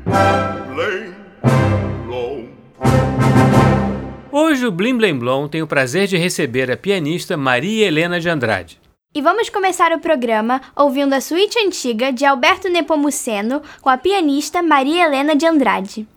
Blim, blom. Hoje o Blim Blim Blom tem o prazer de receber a pianista Maria Helena de Andrade. E vamos começar o programa ouvindo a suíte antiga de Alberto Nepomuceno com a pianista Maria Helena de Andrade.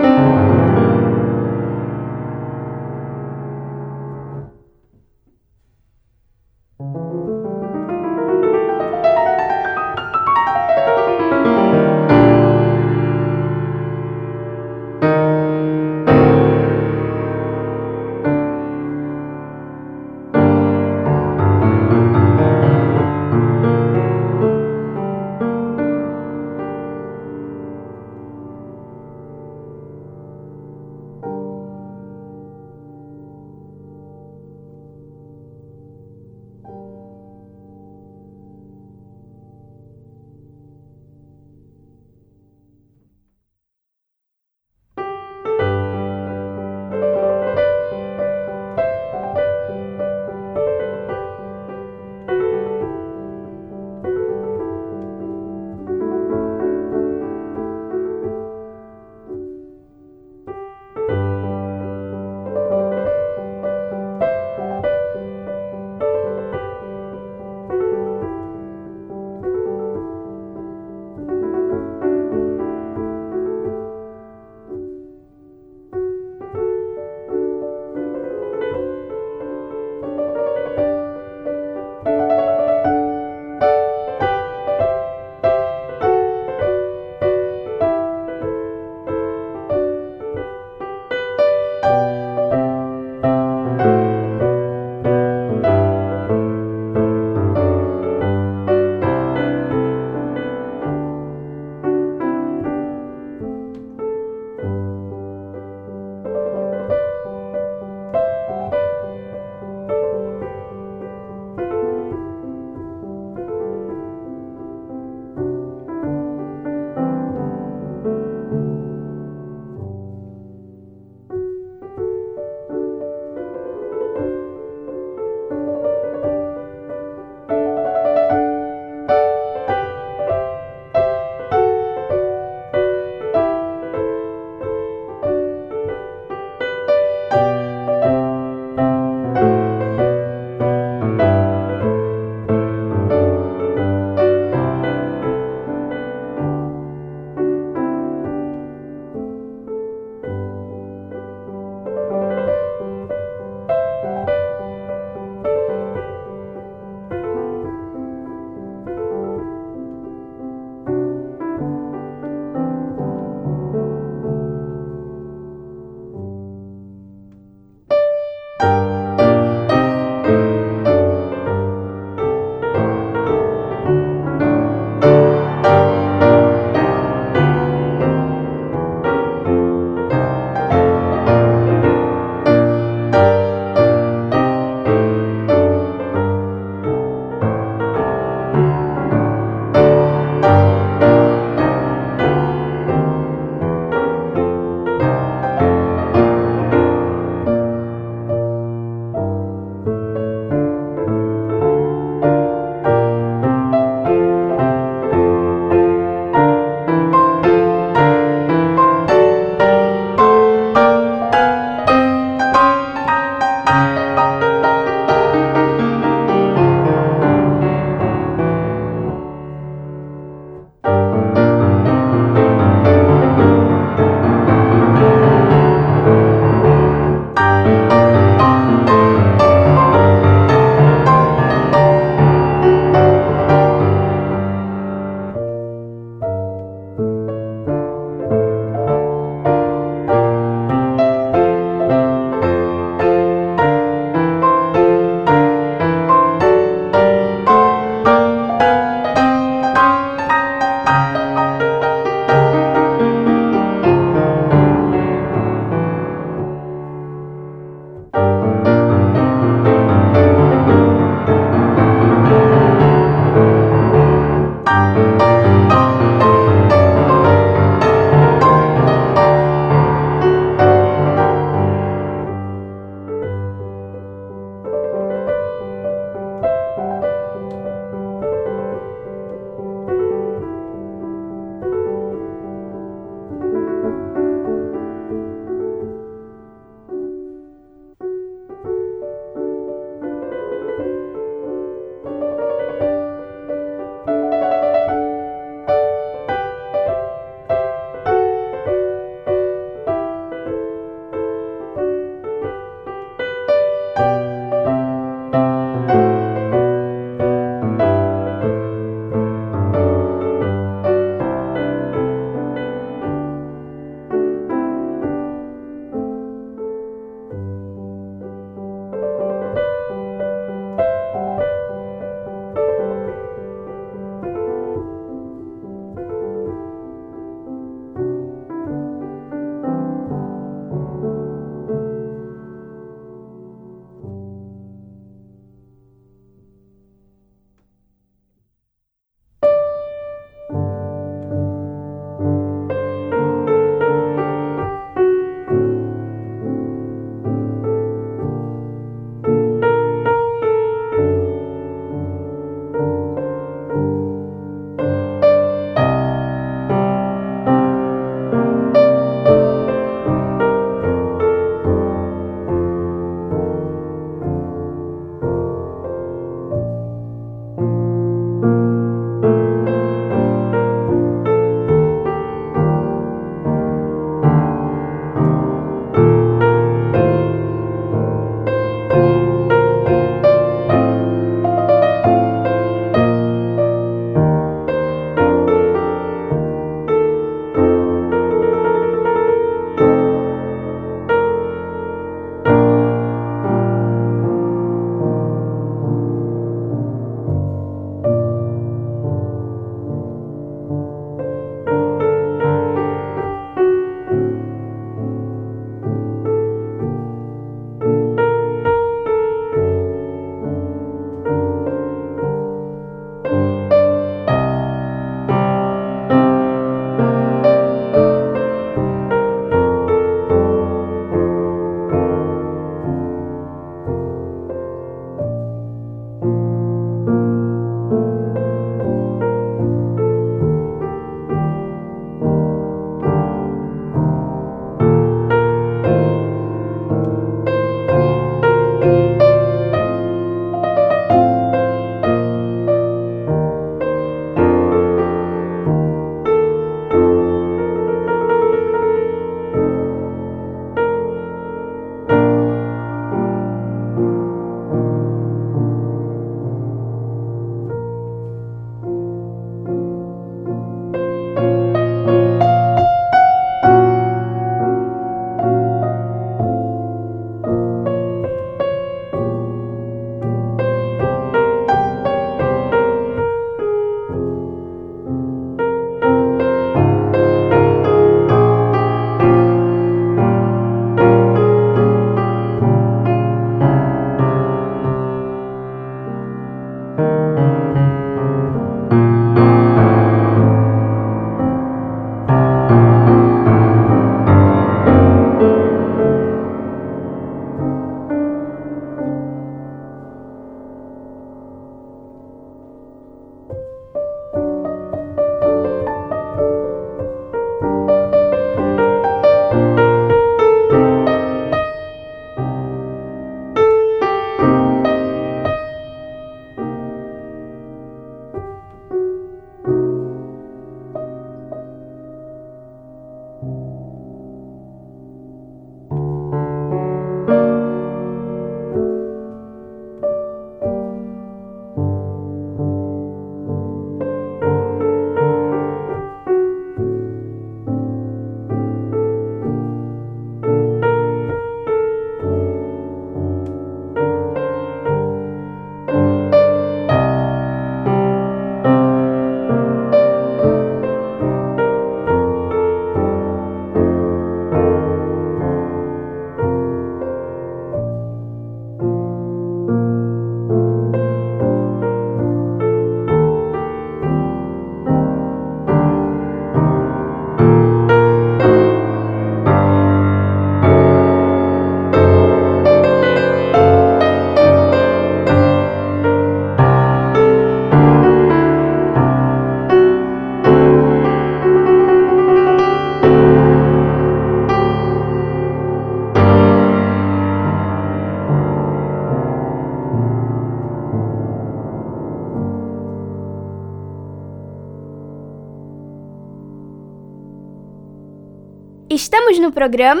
Estamos no programa...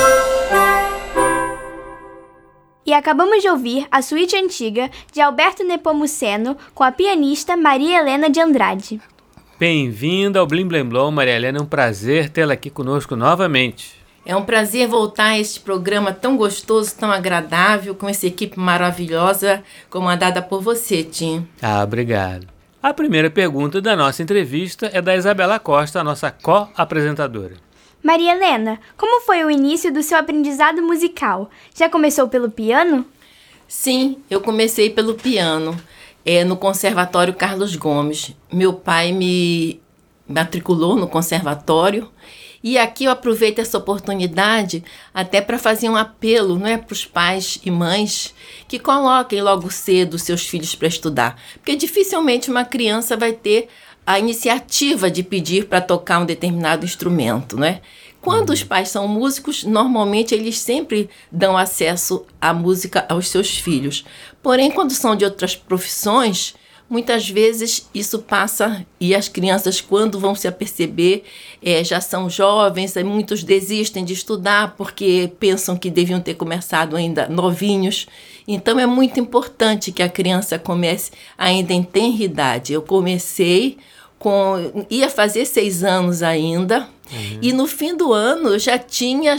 E acabamos de ouvir a suíte antiga de Alberto Nepomuceno com a pianista Maria Helena de Andrade. Bem-vinda ao Blim Blim Blom, Maria Helena. É um prazer tê-la aqui conosco novamente. É um prazer voltar a este programa tão gostoso, tão agradável, com essa equipe maravilhosa comandada por você, Tim. Obrigado. A primeira pergunta da nossa entrevista é da Isabela Costa, a nossa co-apresentadora. Maria Helena, como foi o início do seu aprendizado musical? Já começou pelo piano? Sim, eu comecei pelo piano, no Conservatório Carlos Gomes. Meu pai me matriculou no conservatório e aqui eu aproveito essa oportunidade até para fazer um apelo, para os pais e mães que coloquem logo cedo seus filhos para estudar, porque dificilmente uma criança vai ter a iniciativa de pedir para tocar um determinado instrumento, né? Quando os pais são músicos, normalmente eles sempre dão acesso à música aos seus filhos. Porém, quando são de outras profissões, muitas vezes isso passa e as crianças, quando vão se aperceber, já são jovens, muitos desistem de estudar porque pensam que deviam ter começado ainda novinhos. Então, é muito importante que a criança comece ainda em tenra idade. Eu comecei ia fazer 6 anos ainda, e no fim do ano eu já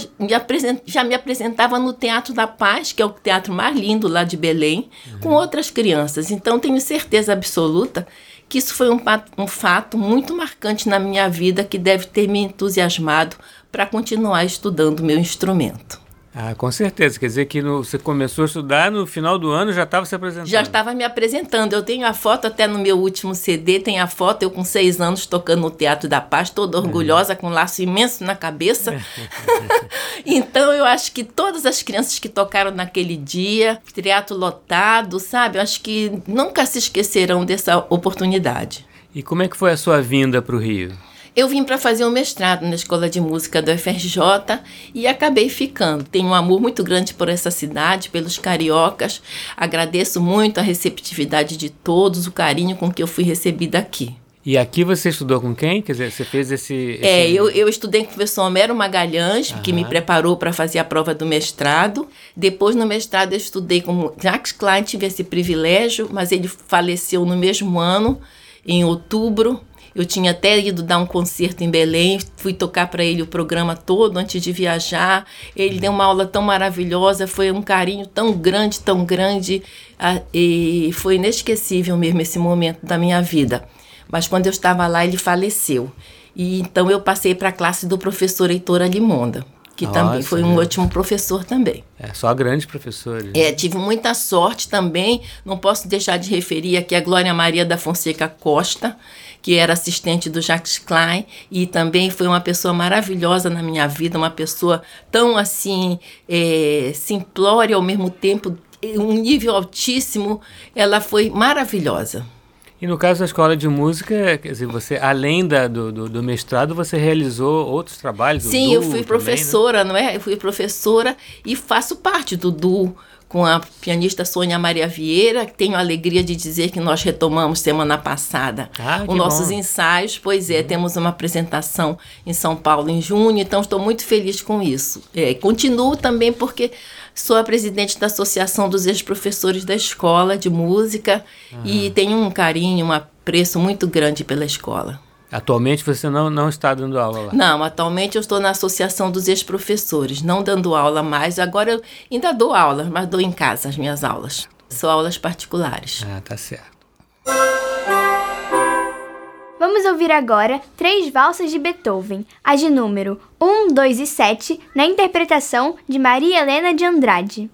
me apresentava no Teatro da Paz, que é o teatro mais lindo lá de Belém, com outras crianças. Então tenho certeza absoluta que isso foi um fato muito marcante na minha vida, que deve ter me entusiasmado para continuar estudando o meu instrumento. Com certeza. Quer dizer que você começou a estudar, no final do ano já estava se apresentando. Já estava me apresentando. Eu tenho a foto até no meu último CD, tem a foto eu com 6 anos tocando no Teatro da Paz, toda orgulhosa, com um laço imenso na cabeça. Então eu acho que todas as crianças que tocaram naquele dia, teatro lotado, sabe? Eu acho que nunca se esquecerão dessa oportunidade. E como é que foi a sua vinda para o Rio? Eu vim para fazer um mestrado na Escola de Música do FRJ e acabei ficando. Tenho um amor muito grande por essa cidade, pelos cariocas. Agradeço muito a receptividade de todos, o carinho com que eu fui recebida aqui. E aqui você estudou com quem? Quer dizer, você fez esse... Eu estudei com o professor Homero Magalhães, que me preparou para fazer a prova do mestrado. Depois, no mestrado, eu estudei com Jacques Klein, tive esse privilégio, mas ele faleceu no mesmo ano, em outubro. Eu tinha até ido dar um concerto em Belém, fui tocar para ele o programa todo antes de viajar. Ele deu uma aula tão maravilhosa, foi um carinho tão grande, e foi inesquecível mesmo esse momento da minha vida. Mas quando eu estava lá, ele faleceu. E então eu passei para a classe do professor Heitor Alimonda, que também foi um ótimo professor também. Só grandes professores. Tive muita sorte também, não posso deixar de referir aqui a Glória Maria da Fonseca Costa, que era assistente do Jacques Klein, e também foi uma pessoa maravilhosa na minha vida, uma pessoa tão assim, simplória ao mesmo tempo, um nível altíssimo, ela foi maravilhosa. E no caso da escola de música, quer dizer, você, além do mestrado, você realizou outros trabalhos? Sim, eu fui professora, também, né? Eu fui professora e faço parte do duo com a pianista Sônia Maria Vieira. Tenho a alegria de dizer que nós retomamos semana passada os nossos ensaios. Pois temos uma apresentação em São Paulo em junho, então estou muito feliz com isso. Continuo também porque sou a presidente da Associação dos Ex-Professores da Escola de Música e tenho um carinho, um apreço muito grande pela escola. Atualmente você não está dando aula lá? Não, atualmente eu estou na Associação dos Ex-Professores, não dando aula mais. Agora eu ainda dou aula, mas dou em casa as minhas aulas. São aulas particulares. Tá certo. Vamos ouvir agora 3 valsas de Beethoven, as de número 1, 2 e 7, na interpretação de Maria Helena de Andrade.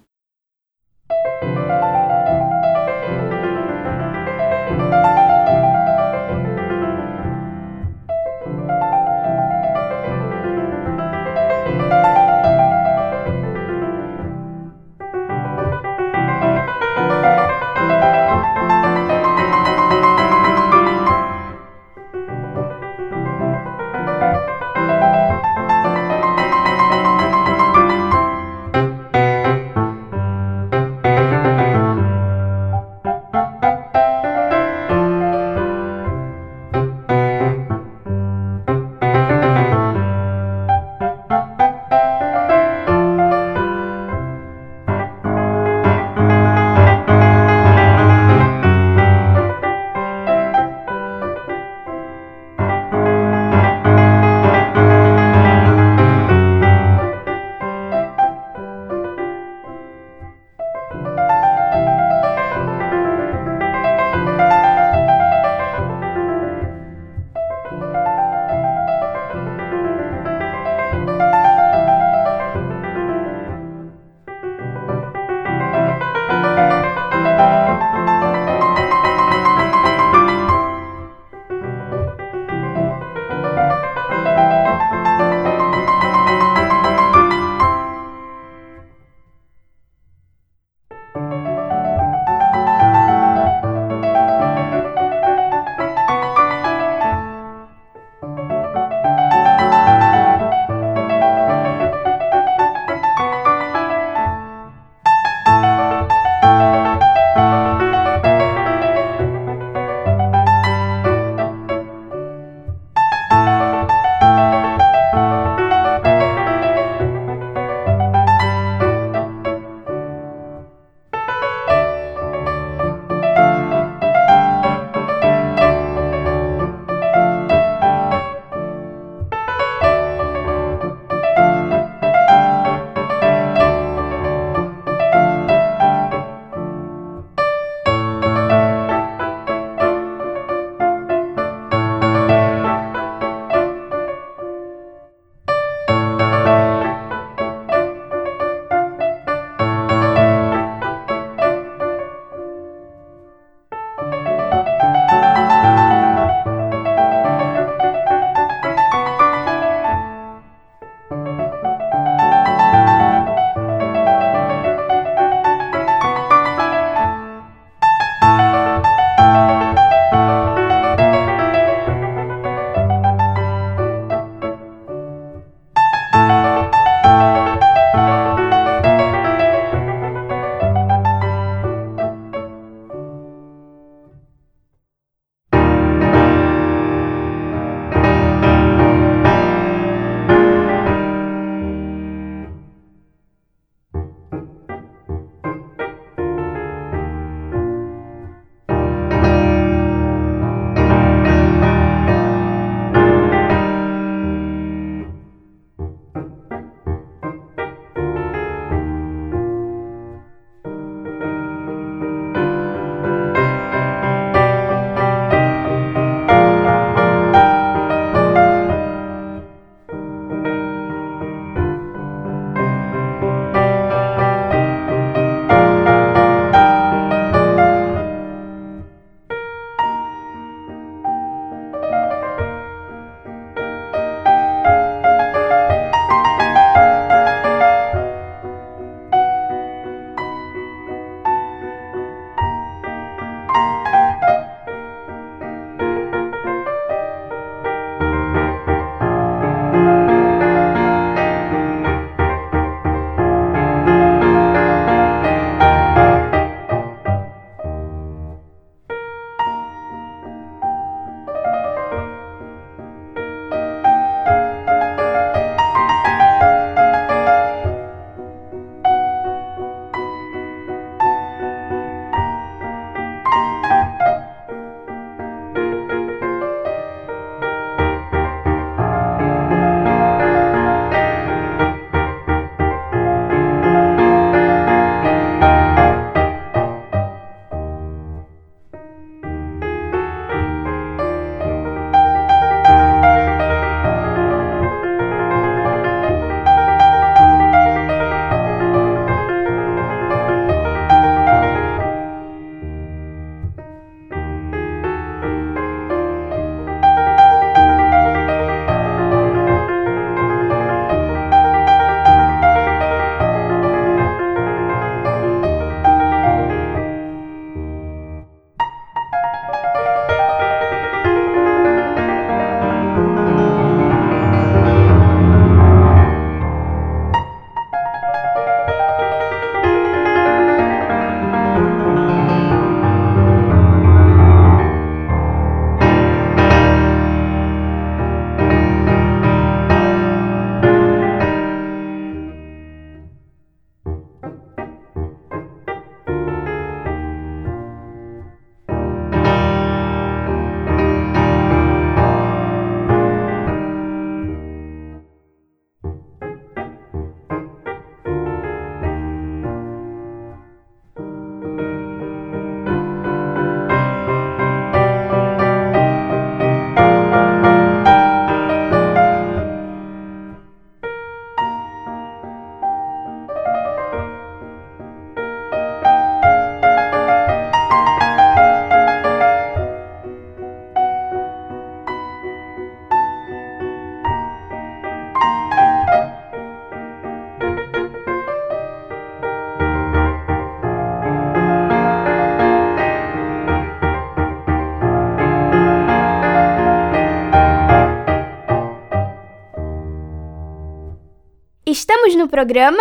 Estamos no programa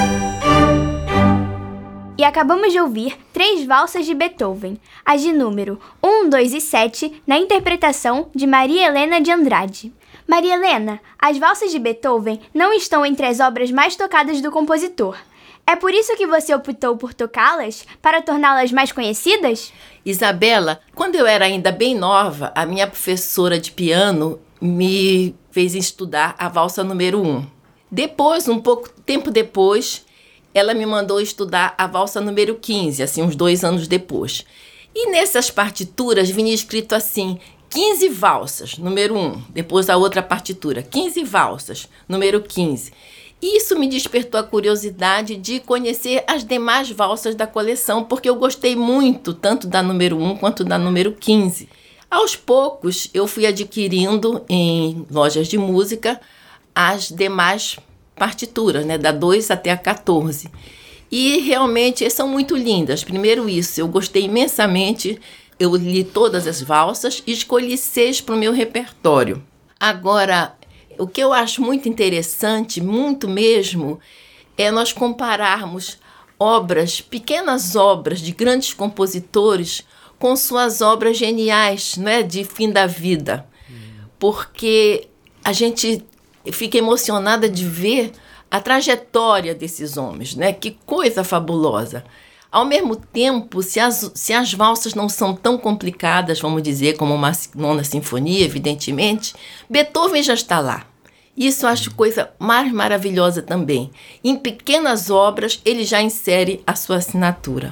e acabamos de ouvir 3 valsas de Beethoven, as de número 1, 2 e 7, na interpretação de Maria Helena de Andrade. Maria Helena, as valsas de Beethoven não estão entre as obras mais tocadas do compositor. É por isso que você optou por tocá-las, para torná-las mais conhecidas? Isabela, quando eu era ainda bem nova, a minha professora de piano me fez estudar a valsa número 1. Depois, um pouco tempo depois, ela me mandou estudar a valsa número 15, assim, uns 2 anos depois. E nessas partituras vinha escrito assim, 15 valsas, número 1. Depois a outra partitura, 15 valsas, número 15. Isso me despertou a curiosidade de conhecer as demais valsas da coleção, porque eu gostei muito, tanto da número 1 quanto da número 15. Aos poucos, eu fui adquirindo em lojas de música as demais partituras, né, da 2 até a 14. E realmente são muito lindas. Primeiro isso, eu gostei imensamente, eu li todas as valsas e escolhi 6 para o meu repertório. Agora, o que eu acho muito interessante, muito mesmo, é nós compararmos obras, pequenas obras de grandes compositores com suas obras geniais, né, de fim da vida. Porque a gente fica emocionada de ver a trajetória desses homens, né? Que coisa fabulosa. Ao mesmo tempo, se as valsas não são tão complicadas, vamos dizer, como uma nona sinfonia, evidentemente, Beethoven já está lá. Isso eu acho coisa mais maravilhosa também. Em pequenas obras, ele já insere a sua assinatura.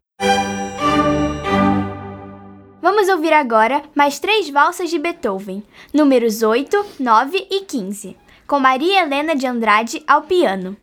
Vamos ouvir agora mais 3 valsas de Beethoven, números 8, 9 e 15, com Maria Helena de Andrade ao piano.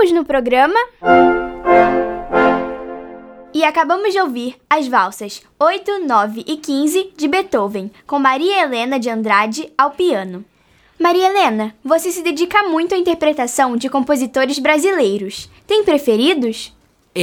juntos no programa. E acabamos de ouvir as valsas 8, 9 e 15 de Beethoven, com Maria Helena de Andrade ao piano. Maria Helena, você se dedica muito à interpretação de compositores brasileiros. Tem preferidos?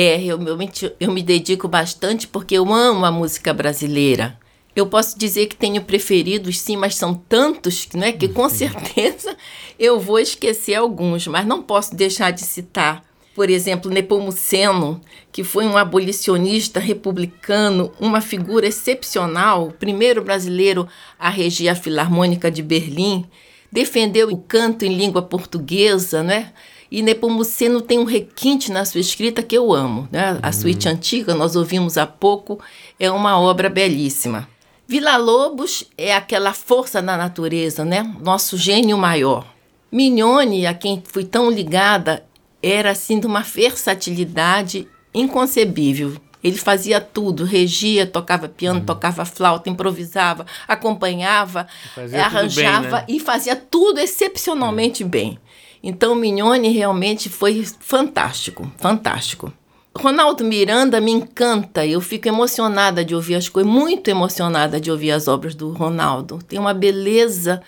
Eu me dedico bastante porque eu amo a música brasileira. Eu posso dizer que tenho preferidos, sim, mas são tantos, né, que com certeza eu vou esquecer alguns, mas não posso deixar de citar, por exemplo, Nepomuceno, que foi um abolicionista republicano, uma figura excepcional, o primeiro brasileiro a reger a Filarmônica de Berlim, defendeu o canto em língua portuguesa, né? E Nepomuceno tem um requinte na sua escrita que eu amo, né? A suíte antiga, nós ouvimos há pouco, é uma obra belíssima. Villa-Lobos é aquela força da natureza, né? Nosso gênio maior. Mignone, a quem fui tão ligada, era assim de uma versatilidade inconcebível. Ele fazia tudo, regia, tocava piano, tocava flauta, improvisava, acompanhava, arranjava bem, né? E fazia tudo excepcionalmente bem. Então, Mignone realmente foi fantástico, fantástico. Ronaldo Miranda me encanta, eu fico emocionada de ouvir as coisas, muito emocionada de ouvir as obras do Ronaldo. Tem uma beleza,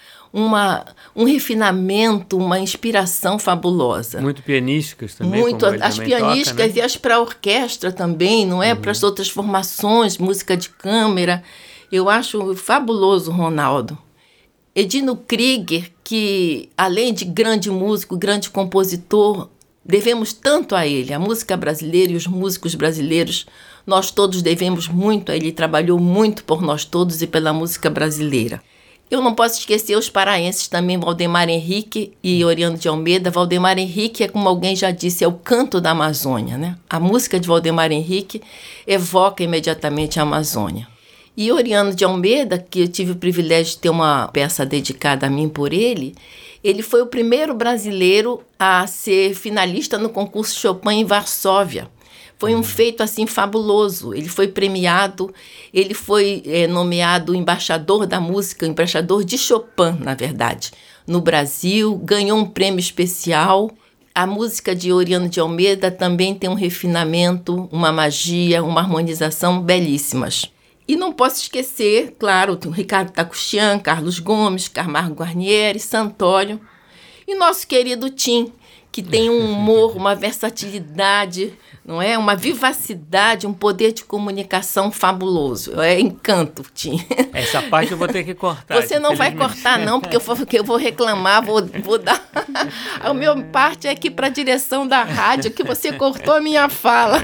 um refinamento, uma inspiração fabulosa. Muito pianísticas também. Muito, as pianísticas toca, né? E as para orquestra também, não é? Para as outras formações, música de câmara. Eu acho fabuloso o Ronaldo. Edino Krieger, que além de grande músico, grande compositor, devemos tanto a ele, a música brasileira e os músicos brasileiros, nós todos devemos muito a ele, trabalhou muito por nós todos e pela música brasileira. Eu não posso esquecer os paraenses também, Valdemar Henrique e Oriano de Almeida. Valdemar Henrique é, como alguém já disse, é o canto da Amazônia, né? A música de Valdemar Henrique evoca imediatamente a Amazônia. E Oriano de Almeida, que eu tive o privilégio de ter uma peça dedicada a mim por ele foi o primeiro brasileiro a ser finalista no concurso Chopin em Varsóvia. Foi um feito assim fabuloso. Ele foi premiado, ele foi nomeado embaixador da música, embaixador de Chopin, na verdade, no Brasil, ganhou um prêmio especial. A música de Oriano de Almeida também tem um refinamento, uma magia, uma harmonização belíssimas. E não posso esquecer, claro, o Ricardo Takuchian, Carlos Gomes, Camargo Guarnieri, Santoro e nosso querido Tim, que tem um humor, uma versatilidade, não é? Uma vivacidade, um poder de comunicação fabuloso. É encanto, Tim. Essa parte eu vou ter que cortar. Você não vai cortar, não, porque eu vou reclamar, vou dar... A minha parte é aqui para a direção da rádio, que você cortou a minha fala.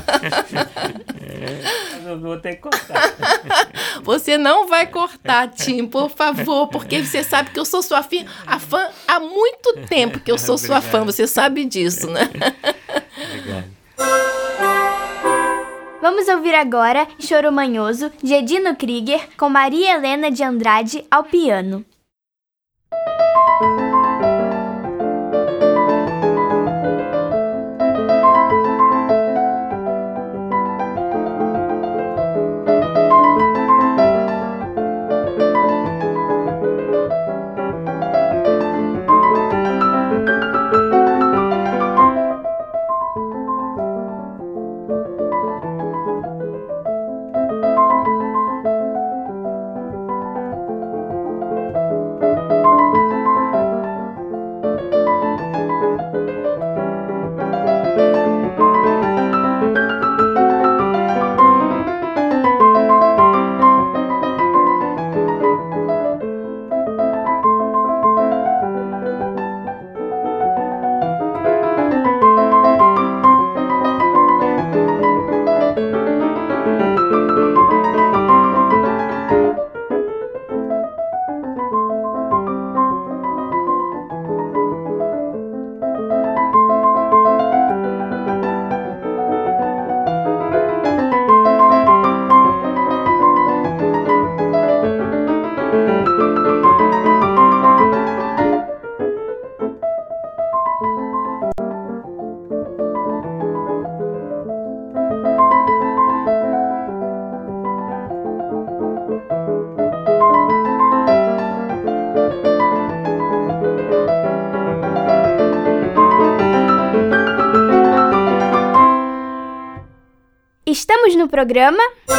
Eu vou ter que cortar. Você não vai cortar, Tim, por favor, porque você sabe que eu sou sua fã há muito tempo que eu sou sua fã, você sabe disso, né? Obrigado. Vamos ouvir agora Choro Manhoso, de Edino Krieger, com Maria Helena de Andrade ao piano. Estamos no programa...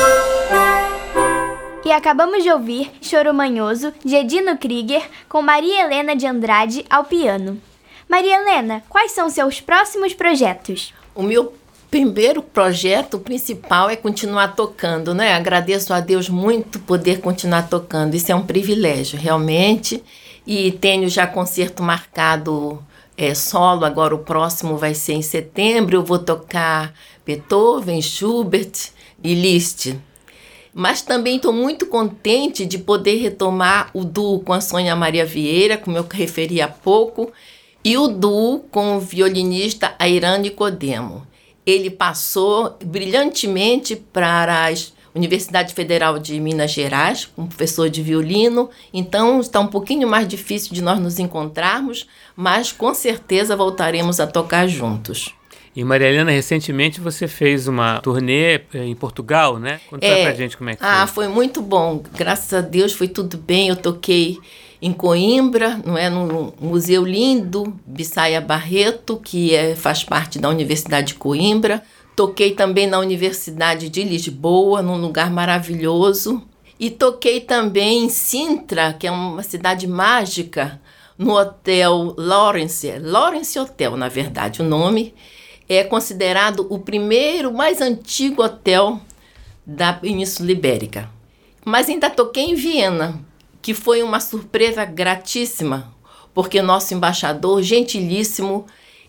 E acabamos de ouvir Choro Manhoso, de Edino Krieger, com Maria Helena de Andrade ao piano. Maria Helena, quais são seus próximos projetos? O meu primeiro projeto principal é continuar tocando, né? Agradeço a Deus muito poder continuar tocando. Isso é um privilégio, realmente. E tenho já concerto marcado solo. Agora o próximo vai ser em setembro. Eu vou tocar Beethoven, Schubert e Liszt. Mas também estou muito contente de poder retomar o duo com a Sônia Maria Vieira, como eu referi há pouco, e o duo com o violinista Airã Nicodemo. Ele passou brilhantemente para a Universidade Federal de Minas Gerais, como professor de violino, então está um pouquinho mais difícil de nós nos encontrarmos, mas com certeza voltaremos a tocar juntos. E Maria Helena, recentemente você fez uma turnê em Portugal, né? Conta pra gente como é que foi. Foi muito bom. Graças a Deus foi tudo bem. Eu toquei em Coimbra, não é? Num museu lindo, Bissaia Barreto, que faz parte da Universidade de Coimbra. Toquei também na Universidade de Lisboa, num lugar maravilhoso. E toquei também em Sintra, que é uma cidade mágica, no Hotel Lawrence Hotel, na verdade, o nome. É considerado o primeiro, mais antigo hotel da Península Ibérica. Mas ainda toquei em Viena, que foi uma surpresa gratíssima, porque nosso embaixador, gentilíssimo,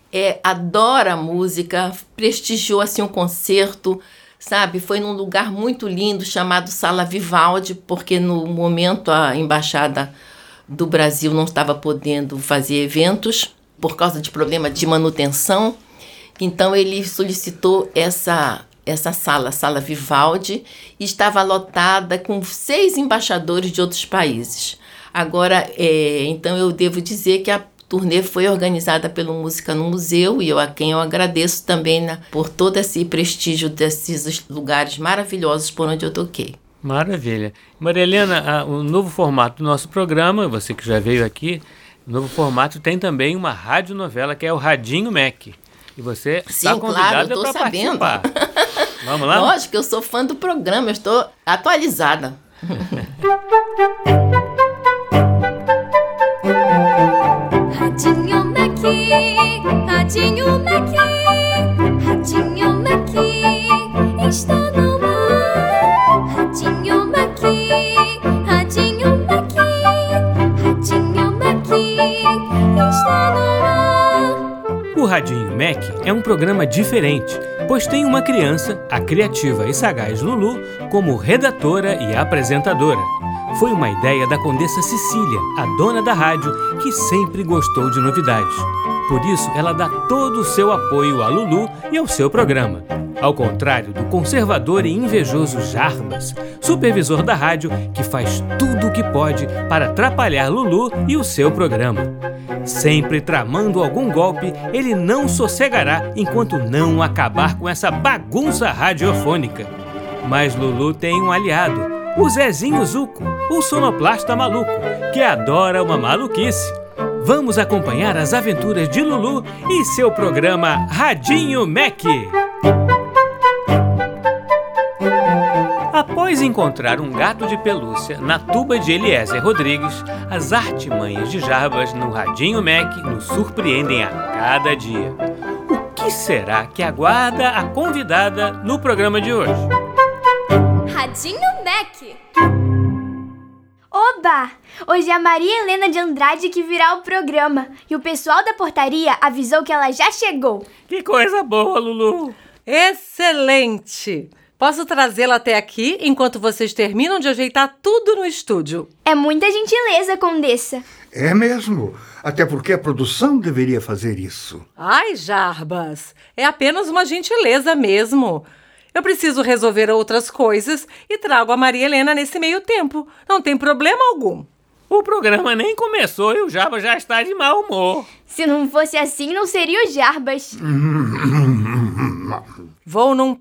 adora música, prestigiou assim um concerto, sabe? Foi num lugar muito lindo chamado Sala Vivaldi, porque no momento a Embaixada do Brasil não estava podendo fazer eventos por causa de problema de manutenção. Então ele solicitou essa sala Vivaldi, e estava lotada com 6 embaixadores de outros países. Agora, então eu devo dizer que a turnê foi organizada pelo Música no Museu, e a quem eu agradeço também por todo esse prestígio desses lugares maravilhosos por onde eu toquei. Maravilha. Maria Helena, o novo formato do nosso programa, você que já veio aqui, o novo formato tem também uma radionovela que é o Radinho Mac. E você está convidada para participar. Vamos lá? Lógico que eu sou fã do programa, eu estou atualizada. Radinho Mac, Radinho Mac, Radinho Mac, está no ar. Radinho Mac, Radinho Mac, Radinho Mac, está no ar. O Radinho Mac é um programa diferente, pois tem uma criança, a criativa e sagaz Lulu, como redatora e apresentadora. Foi uma ideia da Condessa Cecília, a dona da rádio, que sempre gostou de novidades. Por isso, ela dá todo o seu apoio a Lulu e ao seu programa. Ao contrário do conservador e invejoso Jarbas, supervisor da rádio, que faz tudo o que pode para atrapalhar Lulu e o seu programa. Sempre tramando algum golpe, ele não sossegará enquanto não acabar com essa bagunça radiofônica. Mas Lulu tem um aliado, o Zezinho Zuco, o sonoplasta maluco, que adora uma maluquice. Vamos acompanhar as aventuras de Lulu e seu programa Radinho Mac. Após encontrar um gato de pelúcia na tuba de Eliezer Rodrigues, as artimanhas de Jarbas no Radinho Mac nos surpreendem a cada dia. O que será que aguarda a convidada no programa de hoje? Radinho Mac. Oba! Hoje é a Maria Helena de Andrade que virá o programa. E o pessoal da portaria avisou que ela já chegou. Que coisa boa, Lulu! Excelente! Posso trazê-la até aqui enquanto vocês terminam de ajeitar tudo no estúdio. É muita gentileza, Condessa. É mesmo, até porque a produção deveria fazer isso. Ai, Jarbas, é apenas uma gentileza mesmo. Eu preciso resolver outras coisas e trago a Maria Helena nesse meio tempo. Não tem problema algum. O programa nem começou e o Jarbas já está de mau humor. Se não fosse assim, não seria o Jarbas. Vou num pé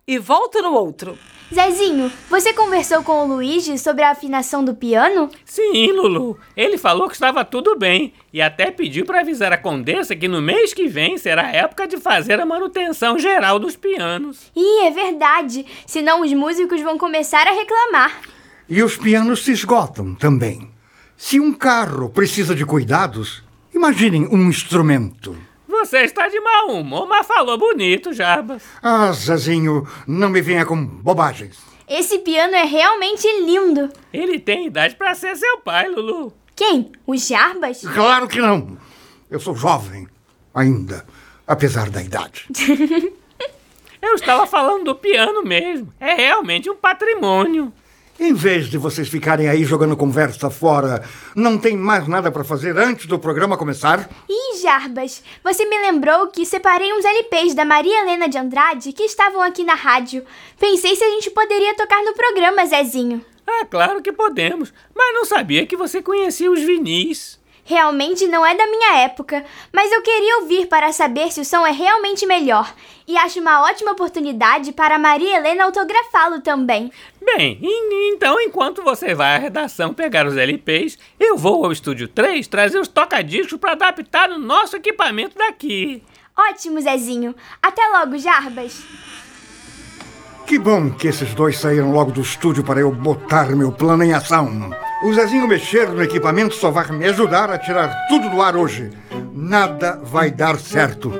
e volto no outro. Zezinho, você conversou com o Luigi sobre a afinação do piano? Sim, Lulu. Ele falou que estava tudo bem e até pediu para avisar a Condessa que no mês que vem será a época de fazer a manutenção geral dos pianos. Ih, é verdade. Senão os músicos vão começar a reclamar. E os pianos se esgotam também. Se um carro precisa de cuidados, imaginem um instrumento. Você está de mau humor, mas falou bonito, Jarbas. Ah, Zezinho, não me venha com bobagens. Esse piano é realmente lindo. Ele tem idade para ser seu pai, Lulu. Quem? O Jarbas? Claro que não. Eu sou jovem ainda, apesar da idade. Eu estava falando do piano mesmo. É realmente um patrimônio. Em vez de vocês ficarem aí jogando conversa fora, não tem mais nada para fazer antes do programa começar? Ih, Jarbas, você me lembrou que separei uns LPs da Maria Helena de Andrade que estavam aqui na rádio. Pensei se a gente poderia tocar no programa, Zezinho. Ah, claro que podemos, mas não sabia que você conhecia os vinis. Realmente não é da minha época, mas eu queria ouvir para saber se o som é realmente melhor. E acho uma ótima oportunidade para a Maria Helena autografá-lo também. Bem, então enquanto você vai à redação pegar os LPs, eu vou ao Estúdio 3 trazer os toca-discos para adaptar no nosso equipamento daqui. Ótimo, Zezinho. Até logo, Jarbas. Que bom que esses dois saíram logo do estúdio para eu botar meu plano em ação. O Zezinho mexer no equipamento só vai me ajudar a tirar tudo do ar hoje. Nada vai dar certo.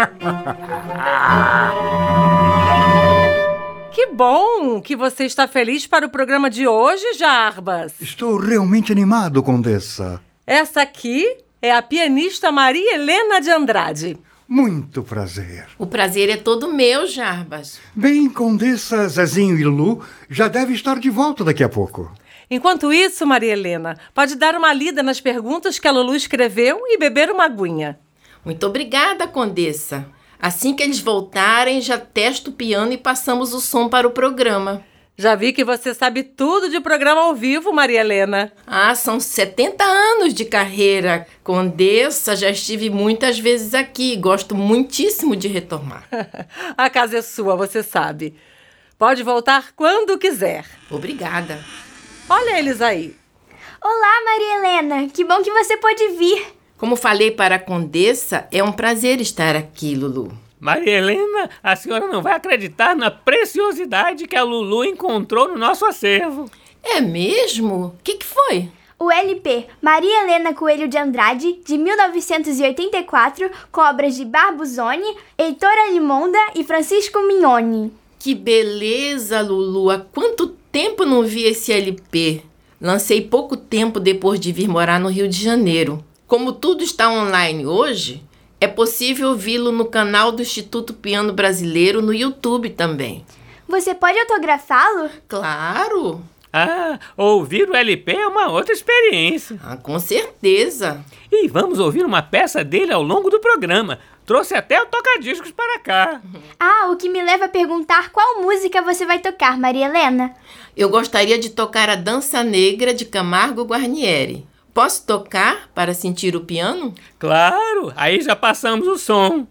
Que bom que você está feliz para o programa de hoje, Jarbas. Estou realmente animado, Condessa. Essa aqui é a pianista Maria Helena de Andrade. Muito prazer. O prazer é todo meu, Jarbas. Bem, Condessa, Zezinho e Lulu já devem estar de volta daqui a pouco. Enquanto isso, Maria Helena, pode dar uma lida nas perguntas que a Lulu escreveu e beber uma aguinha. Muito obrigada, Condessa. Assim que eles voltarem, já testo o piano e passamos o som para o programa. Já vi que você sabe tudo de programa ao vivo, Maria Helena. Ah, são 70 anos de carreira. Condessa, já estive muitas vezes aqui. Gosto muitíssimo de retomar. A casa é sua, você sabe. Pode voltar quando quiser. Obrigada. Olha eles aí. Olá, Maria Helena. Que bom que você pôde vir. Como falei para a Condessa, é um prazer estar aqui, Lulu. Maria Helena, a senhora não vai acreditar na preciosidade que a Lulu encontrou no nosso acervo. É mesmo? O que foi? O LP Maria Helena Coelho de Andrade, de 1984, com obras de Barbuzoni, Heitor Alimonda e Francisco Mignoni. Que beleza, Lulu! Há quanto tempo não vi esse LP? Lancei pouco tempo depois de vir morar no Rio de Janeiro. Como tudo está online hoje, é possível ouvi-lo no canal do Instituto Piano Brasileiro no YouTube também. Você pode autografá-lo? Claro! Ah, ouvir o LP é uma outra experiência. Ah, com certeza! E vamos ouvir uma peça dele ao longo do programa. Trouxe até o toca-discos para cá. Ah, o que me leva a perguntar qual música você vai tocar, Maria Helena? Eu gostaria de tocar a Dança Negra de Camargo Guarnieri. Posso tocar para sentir o piano? Claro, aí já passamos o som.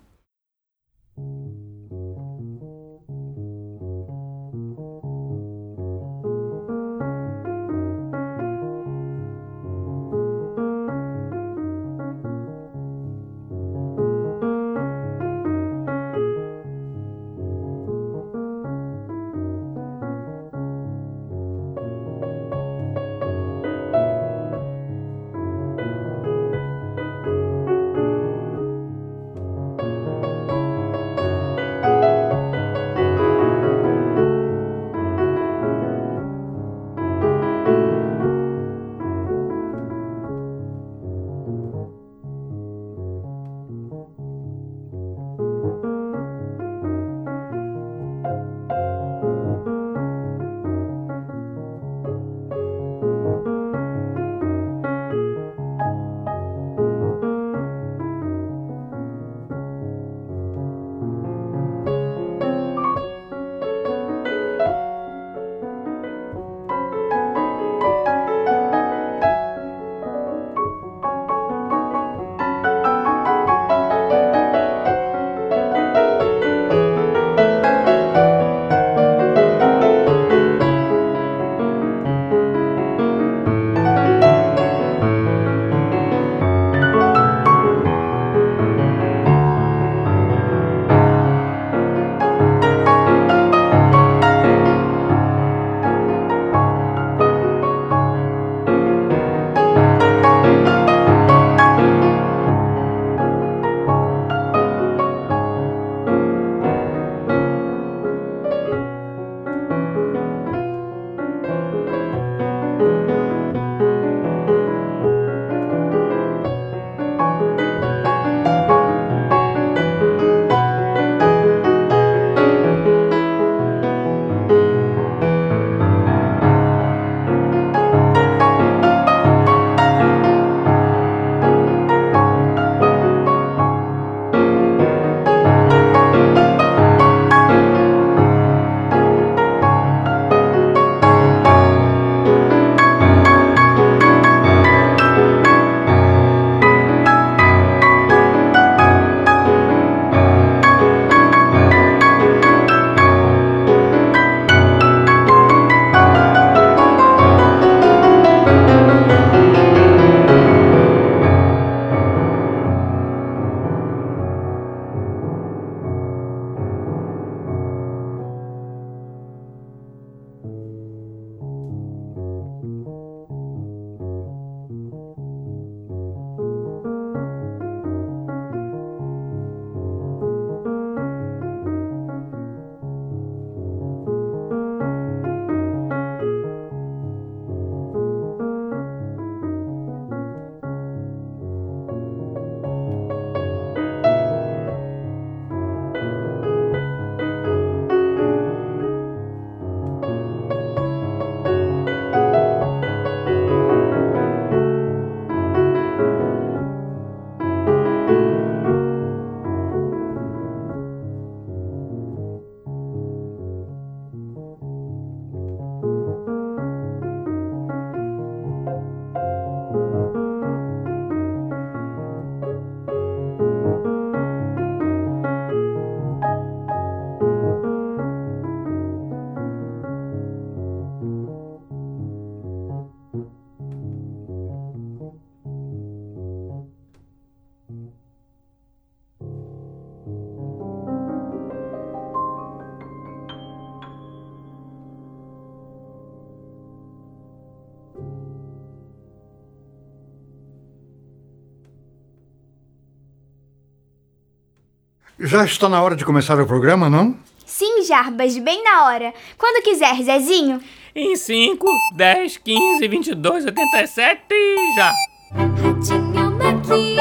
Já está na hora de começar o programa, não? Sim, Jarbas, bem na hora. Quando quiser, Zezinho. Em 5, 10, 15, 22, 87 e já! Ratinho Mac.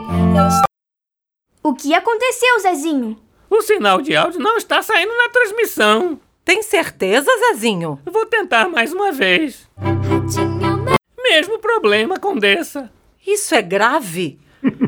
O que aconteceu, Zezinho? O sinal de áudio não está saindo na transmissão. Tem certeza, Zezinho? Vou tentar mais uma vez. Ratinho Mac. Mesmo problema, Condessa. Isso é grave.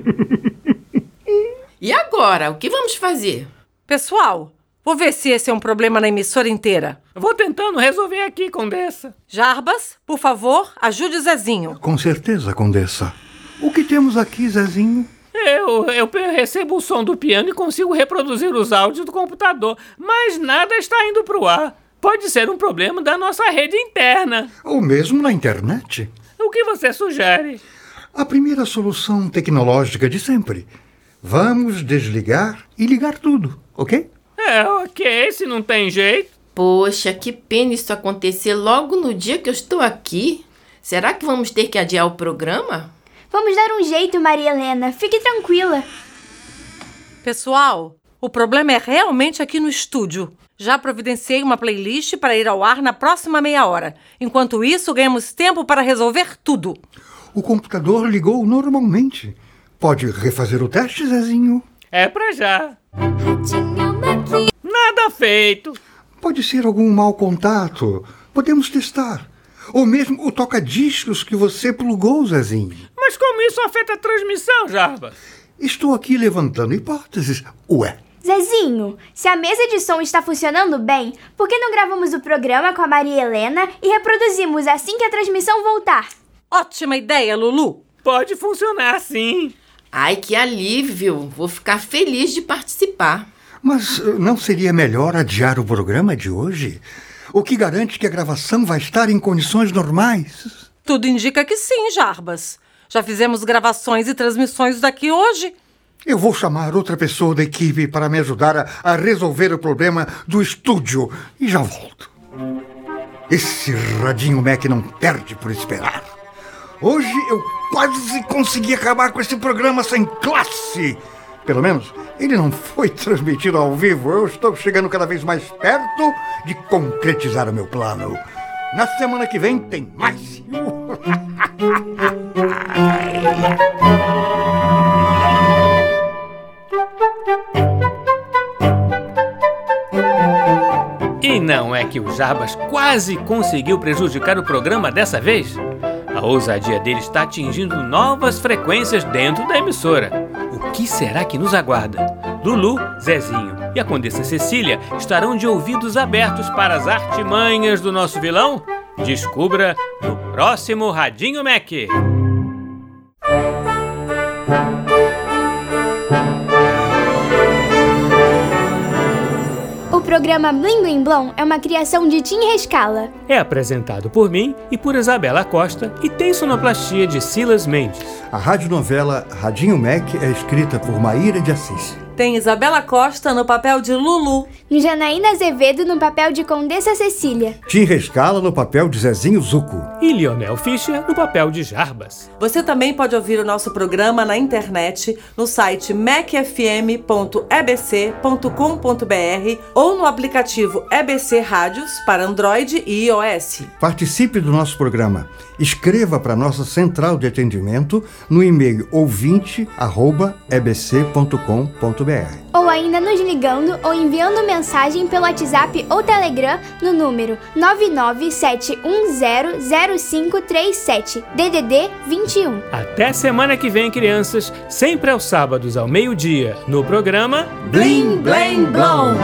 E agora, o que vamos fazer? Pessoal, vou ver se esse é um problema na emissora inteira. Vou tentando resolver aqui, Condessa. Jarbas, por favor, ajude o Zezinho. Com certeza, Condessa. O que temos aqui, Zezinho? Eu recebo o som do piano e consigo reproduzir os áudios do computador, mas nada está indo para o ar. Pode ser um problema da nossa rede interna. Ou mesmo na internet. O que você sugere? A primeira solução tecnológica de sempre. Vamos desligar e ligar tudo, ok? Ok, se não tem jeito. Poxa, que pena isso acontecer logo no dia que eu estou aqui. Será que vamos ter que adiar o programa? Vamos dar um jeito, Maria Helena. Fique tranquila. Pessoal, o problema é realmente aqui no estúdio. Já providenciei uma playlist para ir ao ar na próxima meia hora. Enquanto isso, ganhamos tempo para resolver tudo. O computador ligou normalmente. Pode refazer o teste, Zezinho? É pra já. Ratinho Mac. Nada feito. Pode ser algum mau contato. Podemos testar. Ou mesmo o toca-discos que você plugou, Zezinho. Mas como isso afeta a transmissão, Jarbas? Estou aqui levantando hipóteses. Ué, Zezinho, se a mesa de som está funcionando bem, por que não gravamos o programa com a Maria Helena e reproduzimos assim que a transmissão voltar? Ótima ideia, Lulu. Pode funcionar sim. Ai, que alívio! Vou ficar feliz de participar. mas não seria melhor adiar o programa de hoje? O que garante que a gravação vai estar em condições normais? Tudo indica que sim, Jarbas. Já fizemos gravações e transmissões daqui hoje. Eu vou chamar outra pessoa da equipe para me ajudar a resolver o problema do estúdio e já volto. Esse Radinho Mac não perde por esperar. Hoje eu quase consegui acabar com esse programa sem classe. Pelo menos ele não foi transmitido ao vivo. Eu estou chegando cada vez mais perto de concretizar o meu plano. Na semana que vem tem mais. E não é que o Jarbas quase conseguiu prejudicar o programa dessa vez? A ousadia dele está atingindo novas frequências dentro da emissora. O que será que nos aguarda? Lulu, Zezinho e a Condessa Cecília estarão de ouvidos abertos para as artimanhas do nosso vilão? Descubra no próximo Radinho Mac. O programa Blim Blim Blom é uma criação de Tim Rescala. É apresentado por mim e por Isabela Costa e tem sonoplastia de Silas Mendes. A radionovela Radinho Mac é escrita por Maíra de Assis. Tem Isabela Costa no papel de Lulu. Janaína Azevedo no papel de Condessa Cecília. Tim Rescala no papel de Zezinho Zuco. E Lionel Fischer no papel de Jarbas. Você também pode ouvir o nosso programa na internet, no site macfm.ebc.com.br ou no aplicativo EBC Rádios para Android e iOS. Participe do nosso programa. Escreva para a nossa central de atendimento no e-mail ouvinte@ebc.com.br. Ou ainda nos ligando ou enviando mensagem pelo WhatsApp ou Telegram no número 997100537, DDD 21. Até semana que vem, crianças, sempre aos sábados ao meio-dia, no programa Blim Blim Blom!